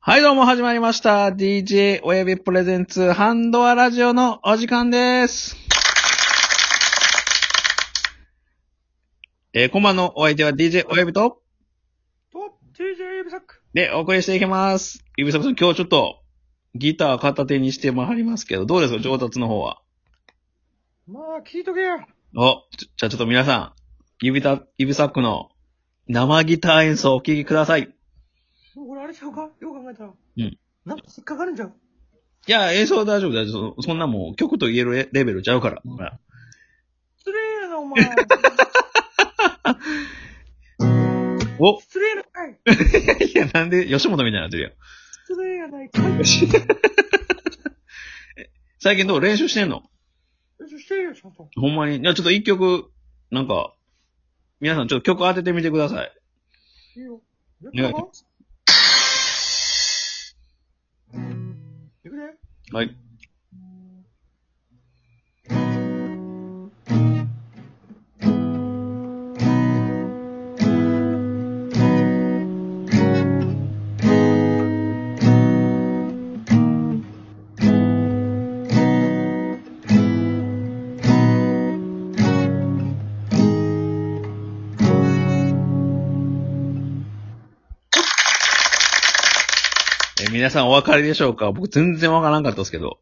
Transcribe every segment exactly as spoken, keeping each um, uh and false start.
はい、どうも始まりました。ディージェー おやびプレゼンツハンドアラジオのお時間です。えー、今晩のお相手は ディージェー おやびと、 と、ジェイジェイ 指サック。 で、お送りしていきます。指作さん、今日ちょっと、ギター片手にしてまいりますけど、どうですか、上達の方は。 まあ、聞いとけよ。 お、じゃあちょっと皆さん、指た、指サックの生ギター演奏をお聴きください。 もうこれあれちゃうかよく考えたら。 うん。 なんか引っかかるんじゃん。 いや、演奏は大丈夫だよ。そんなもう曲と言えるレベルちゃうから。うん、 失礼やな、お前。 お失礼なかい。 いや、なんで、吉本みたいになってるやん。 失礼やないかい。 最近どう練習してんの？ 練習してるよ、ちゃんと。 ほんまに。いや、ちょっと一曲、なんか、皆さんちょっと曲当ててみてください。 いいよ。 お願いします。 いくで。 はい。え、皆さんお分かりでしょうか？僕全然わからんかったですけど。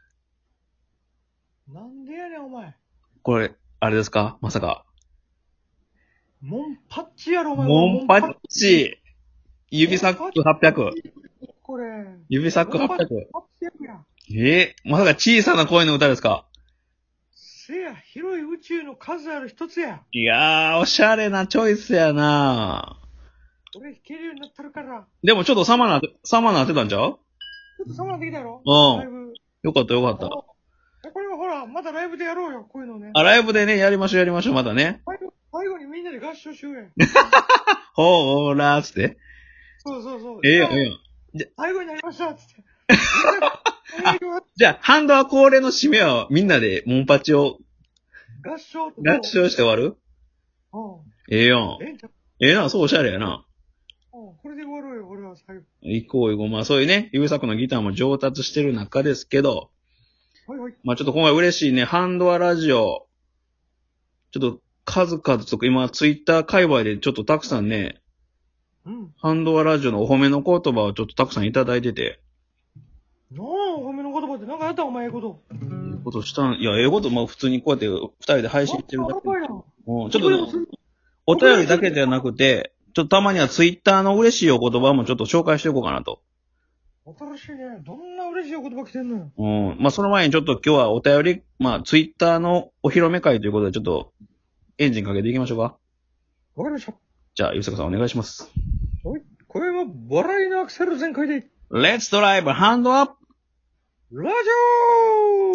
なんでやねん、お前。 これ、あれですか？まさか。 モンパッチやろ、お前。 モンパッチ。指サックはっぴゃく。 これ。 指サックはっぴゃく。 はっぴゃくや。 えー、まさか小さな声の歌ですか？ せや、広い宇宙の数ある一つや。 いやー、おしゃれなチョイスやな俺弾けるようになったるから。 でもちょっと様な、様なってたんちゃう？ ちょっと様なってきたやろ？ うん。 ライブ。 よかったよかった。 これはほら、またライブでやろうよ、こういうのね。 あ、ライブでね、やりましょうやりましょう、またね。 最後最後にみんなで合唱しようや。 ほーらーつって。 そうそうそう。 ええやん、ええやん。 最後になりましたつって。 じゃあ、ハンドは恒例の締めは、みんなでモンパチを合唱と合唱して終わる？ うん。 ええやん。 ええんちゃう？ ええな、そうおしゃれやな。 うん。これで終わろうよ、俺は最後。 行こう行こう。まあそういうね、指作のギターも上達してる中ですけど、 はいはい。 まあちょっと今回嬉しいね、ハンドアラジオ、ちょっと数々とか今ツイッター界隈でちょっとたくさんね、 うん。 ハンドアラジオのお褒めの言葉をちょっとたくさんいただいてて。 なあ、お褒めの言葉ってなんかやったお前ええこと。 ええことしたん、いや、ええこと、まあ普通にこうやって二人で配信してるだけ。 あ、やばいな。 うん、ちょっとね、お便りだけではなくて、ちょっとたまにはツイッターの嬉しいお言葉もちょっと紹介していこうかなと。 新しいね。どんな嬉しいお言葉来てんのよ。 うん。まあ、その前にちょっと今日はお便り、まあ、ツイッターのお披露目会ということで、ちょっと、エンジンかけていきましょうか。 わかりました。 じゃあ、ゆうさかさんお願いします。 はい。これは笑いのアクセル全開で。 Let's drive hand up! ラジオ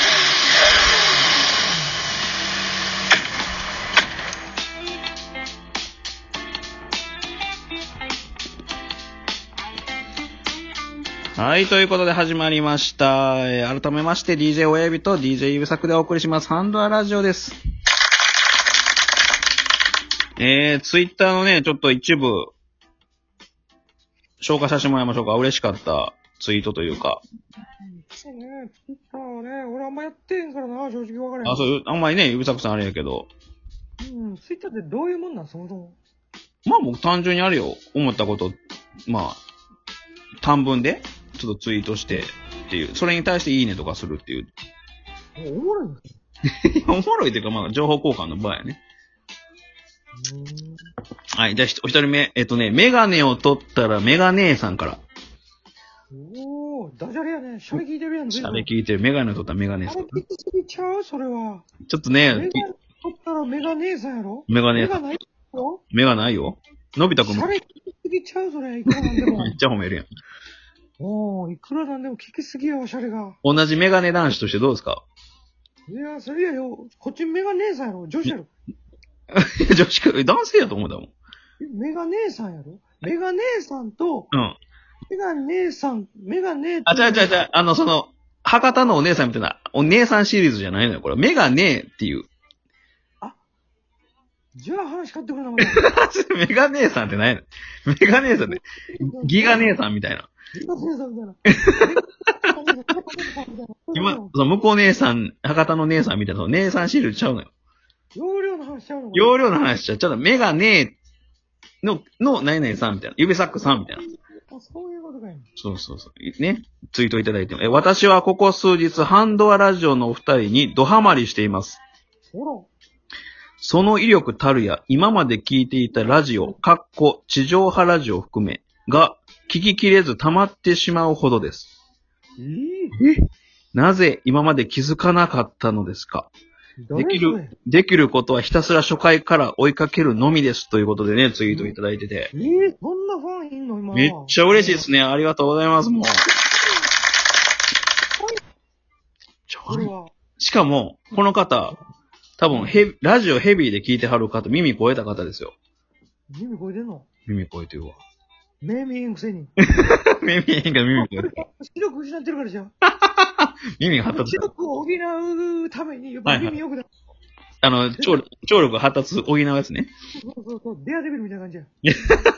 はい、ということで始まりました。えー、改めまして ディージェー 親指と ディージェー 指作でお送りします。ハンドアラジオです。えー、ツイッターのね、ちょっと一部、紹介させてもらいましょうか。嬉しかったツイートというか。 そうね、ツイッターね、俺あんまやってんからな、正直わからへん。 あ、そういう、あんまりね、指作さんあれやけど。 うん、ツイッターってどういうもんなん、そもそも。 まあ僕単純にあれよ、思ったこと、まあ、短文で、ちょっとツイートしてっていう、それに対していいねとかするっていう。 おもろいのおもろいっていうか、まあ、情報交換の場合やね。はい、じゃあ、お一人目、えっとね、メガネを取ったらメガネーさんから。 おー、ダジャレやね。シャレ聞いてるやん、 シャレ聞いてる、メガネを取ったらメガネーさん。 あれ聞きすぎちゃうそれは。 ちょっとね、 メガネ取ったらメガネーさんやろメガネーさん。 メガないよメガないよ。のび太くんも。 シャレ聞きすぎちゃうそれ。いくらなんでも。 めっちゃ褒めるやん。 おー、いくらなんでも聞きすぎよ、シャレが。 同じメガネ男子としてどうですか？ いや、それやよ。こっちメガネーさんやろ女子やろ女子か、男性やと思うだもん。 メガネーさんやろメガネーさんと、 うん。 メガネーさん、メガネーあ、違う違う違う、あの、その、博多のお姉さんみたいな、お姉さんシリーズじゃないのよ、これ。メガネっていう。 じゃあ話変わってくるな、まだ。 メガ姉さんって何やねん。メガ姉さんね。ギガ姉さんみたいな。 リカ姉さんみたいな。 今、その向こう姉さん、博多の姉さんみたいな、姉さんシールちゃうのよ。 容量の話しちゃうの容量の話しちゃう。ちょっとメガネの、の、何々さんみたいな。指サックさんみたいな。 あ、そういうことかよ。 そうそうそう。ね。ツイートいただいても。え、私はここ数日、ハンドアラジオのお二人にドハマりしています。 ほら。 その威力たるや、今まで聞いていたラジオ、かっこ地上波ラジオを含め、が、聞ききれず溜まってしまうほどです。 ええなぜ今まで気づかなかったのですか？でき誰それる、できることはひたすら初回から追いかけるのみです。ということでね、ツイートいただいてて。 えー、そんなファンいんの今。 めっちゃ嬉しいですね。ありがとうございます、もう。ちょこれは。 しかも、この方、多分ヘ、ラジオヘビーで聞いてはる方、耳超えた方ですよ。 耳超えてんの？ 耳超えてるわ。 目見えんくせに。 耳変が耳超えてる。 視力失ってるからじゃん。 耳が発達した。 視力を補うために、やっぱ耳良くなる。 あの、聴力、聴力発達補うやつね。 そうそうそう、デアデビルみたいな感じや。 い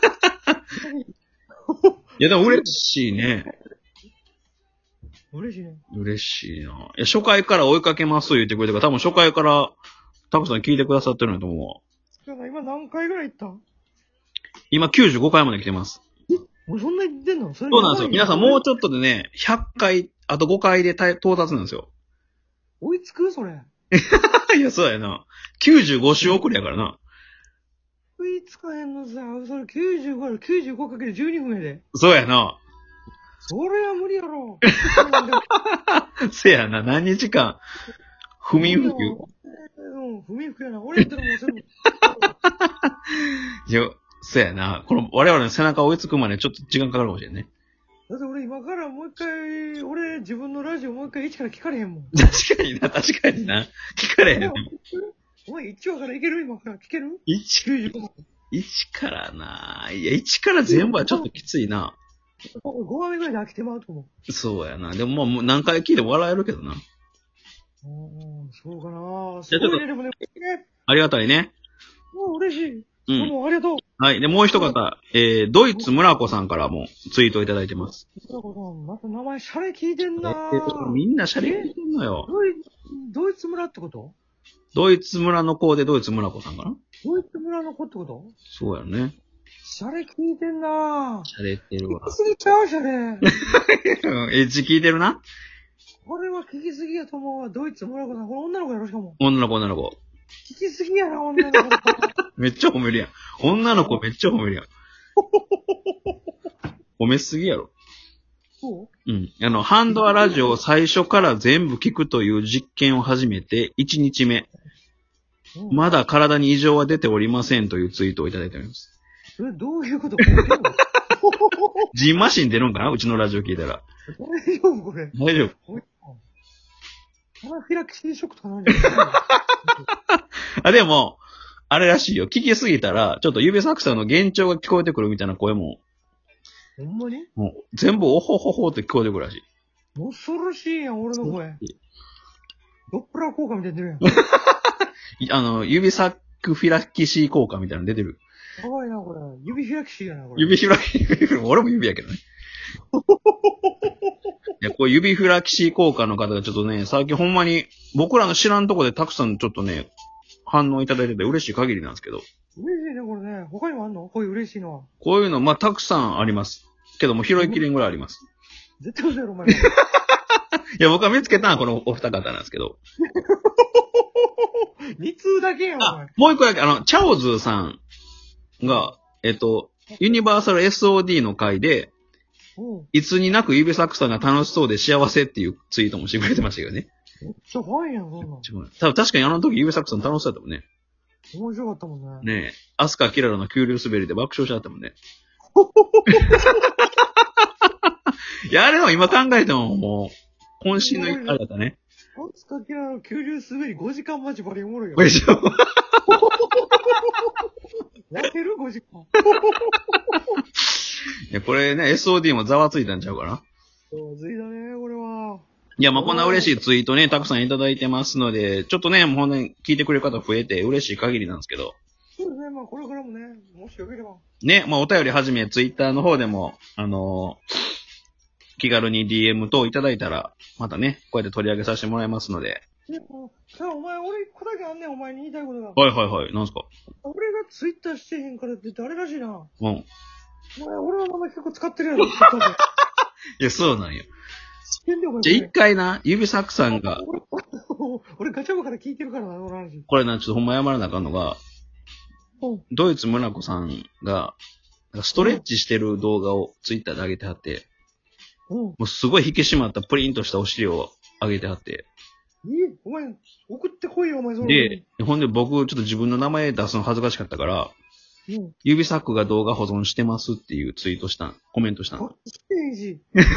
や、でも嬉しいね。 嬉しいね。 嬉しいな。いや、初回から追いかけます言ってくれたから、多分初回から、たくさん聞いてくださってるんだと思うわ。 だから今何回ぐらい行った？ 今きゅうじゅうごかいまで来てます。 もうそんなに行ってんの？それそうなんですよ。皆さんもうょちょっとでね、ひゃっかい、あとごかいで到達なんですよ。 追いつくそれ。 いや、そうやな。きゅうじゅうご週遅れやからな。 追いつかへんのさ、それきゅうじゅうごやろ、きゅうじゅうごかけるじゅうにふんやで。 そうやな。 それは無理やろ。 せやな、何日間、不眠不休。 うん、不眠不休やな。俺やったらもうそれも。 いや、そうやな。この我々の背中追いつくまでちょっと時間かかるかもしれんね。 だって俺今からもう一回、俺自分のラジオもう一回一から聞かれへんもん。 確かにな、確かにな。聞かれへん。 お前一話からいける今から聞ける？ 一、 きゅうじゅうご一からな。いや、一から全部はちょっときついな。 ごわめぐらいで飽きてまうと思そうやな。でもまあもう何回聞いても笑えるけどな。 う。うん、そうかな。すじゃあちょっとごいね、でもね、ねありがたいね。 もう嬉しい。 うどん。 うもありがとう。 はい。で、もう一方、えー、ドイツ村子さんからもツイートいただいてます。 さこさん、また名前シャレ聞いてんなえー、みんなシャレ聞いてんのよ。 ドイドイツ村ってこと？ ドイツ村の子でドイツ村子さんかな？ ドイツ村の子ってこと？ そうやね。 シャレ聞いてんなシャレってるわ聞き。すぎちゃう、シャレ。 エッジ聞いてるな？ これは聞きすぎやと思うわ。ドイツ村子さん。これ女の子やろ、しかも。 女の子女の子。 聞きすぎやな、女の子。 めっちゃ褒めるやん。女の子めっちゃ褒めるやん。褒めすぎやろ。 そうん。あの、ハンドアラジオを最初から全部聞くという実験を始めていちにちめ。 う、うん、 まだ体に異常は出ておりませんというツイートをいただいております。 それどういうことジンマシン出るんかなうちのラジオ聞いたら。 大丈夫これ。 大丈夫。 アナフィラキシーショックとかなんじゃないあ、でも、あれらしいよ。聞きすぎたら、ちょっと指サクさんの幻聴が聞こえてくるみたいな声も、 ほんまにもう全部おほほほって聞こえてくるらしい。 恐ろしいやん、俺の声。ドップラー効果みたいに出るやん。 いあの、指サックフィラキシー効果みたいなの出てる。 やばいな、これ。指フィラキシーやな、これ。 指フィラキシー、俺も指やけどね。いや、こう指フィラキシー効果の方がちょっとね、最近ほんまに、僕らの知らんとこでたくさんちょっとね、反応いただいてて嬉しい限りなんですけど。 嬉しいね、これね。他にもあんのこういう嬉しいのは。 こういうの、まあ、たくさんあります。けども、拾いきれんぐらいあります。 絶対嘘やろ、お前。 いや、僕が見つけたのはこのお二方なんですけど。 二通だけやん、お前あ。、もう一個だけ、あの、チャオズーさんが、えっと、ユニバーサル エスオーディー の回で、 うん。 いつになく指サックさんが楽しそうで幸せっていうツイートもしてくれてましたけどね。 めっちゃファンやん、そんなん。 多分確かにあの時指サックさん楽しそうだったもんね。 面白かったもんね。 ねえ、アスカキララの急流滑りで爆笑しちゃったもんね。いや、あれは今考えてももう、渾身のあれだったね。 アスカキラの急流滑りごじかん待ちバリおもろいよこ。れでしょ。 やってる ?ご 時間。 いや、これね、エスオーディー もざわついたんちゃうかな。 そう、ずいだね、これは。 いや、まあ、こんな嬉しいツイートね、たくさんいただいてますので、ちょっとね、もうね、聞いてくれる方増えて嬉しい限りなんですけど。 そうですね、まあこれからもね、もしよければ。 ね、まあ、お便りはじめ、ツイッターの方でも、あの気軽に ディーエム 等いただいたら、またね、こうやって取り上げさせてもらいますので。 いや、さあ、お前、俺一個だけあんねん、お前に言いたいことが。 はいはいはい。なんすか？ 俺がツイッターしてへんからって誰らしいな。 うん。 お前、俺の名前結構使ってるやろ、ツイッターで。 いや、そうなんよ。 知ってんだよ、お前。 じゃあ一回な、指サクさんが、 俺、俺ガチャバから聞いてるからな、俺の話。 これな、ちょっとほんま謝らなあかんのが、 うん。 ドイツ村子さんが、なんかストレッチしてる動画をツイッターで上げてはって、 うん。 もうすごい引き締まったプリンとしたお尻を上げてはって、 いいお前、送ってこいよ、お前、それ。 で、ほんで僕ちょっと自分の名前出すの恥ずかしかったから、 うん。 指サックが動画保存してますっていうツイートしたん、コメントしたん。いあ、してへんし。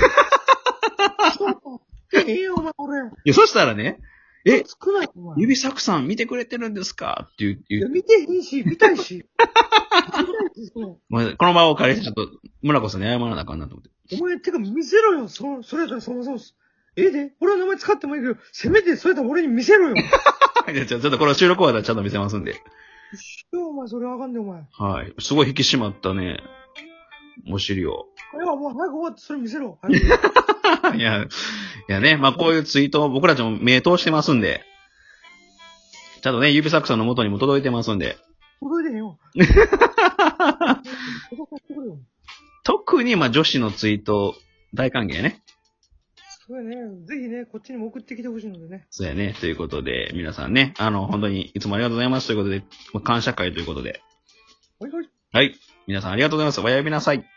ええよ、お前、俺。 や、そしたらね、え、 少ない、お前。 指サクさん見てくれてるんですかって言う、言いや、 う見てへんし、見たいし。見たいし、そうまあこの場を借りてちょっと村子さんに謝らなあかんなと思って。 お前、てか見せろよ。そ、それやったらそもそも。ええで俺の名前使ってもいいけど、せめてそれやったら俺に見せろよ。 いや、ちょちょっとこれ収録終わったらちゃんと見せますんで。 しよ、お前、それあかんで、お前。 はい。すごい引き締まったね、お尻を。 いや、もう早く終わってそれ見せろ。早くいや、いやね、まあこういうツイートを僕らちも目通してますんで、ちゃんとね、指サクさんの元にも届いてますんで、 届いてへんよ。届かせてくれよ。 特にまあ女子のツイート大歓迎ね。 そうやね。ぜひね、こっちにも送ってきてほしいのでね。 そうやね。ということで、皆さんね、あの、本当にいつもありがとうございますということで、まあ感謝会ということで。 はいはい。 はい。皆さんありがとうございます。おやすみなさい。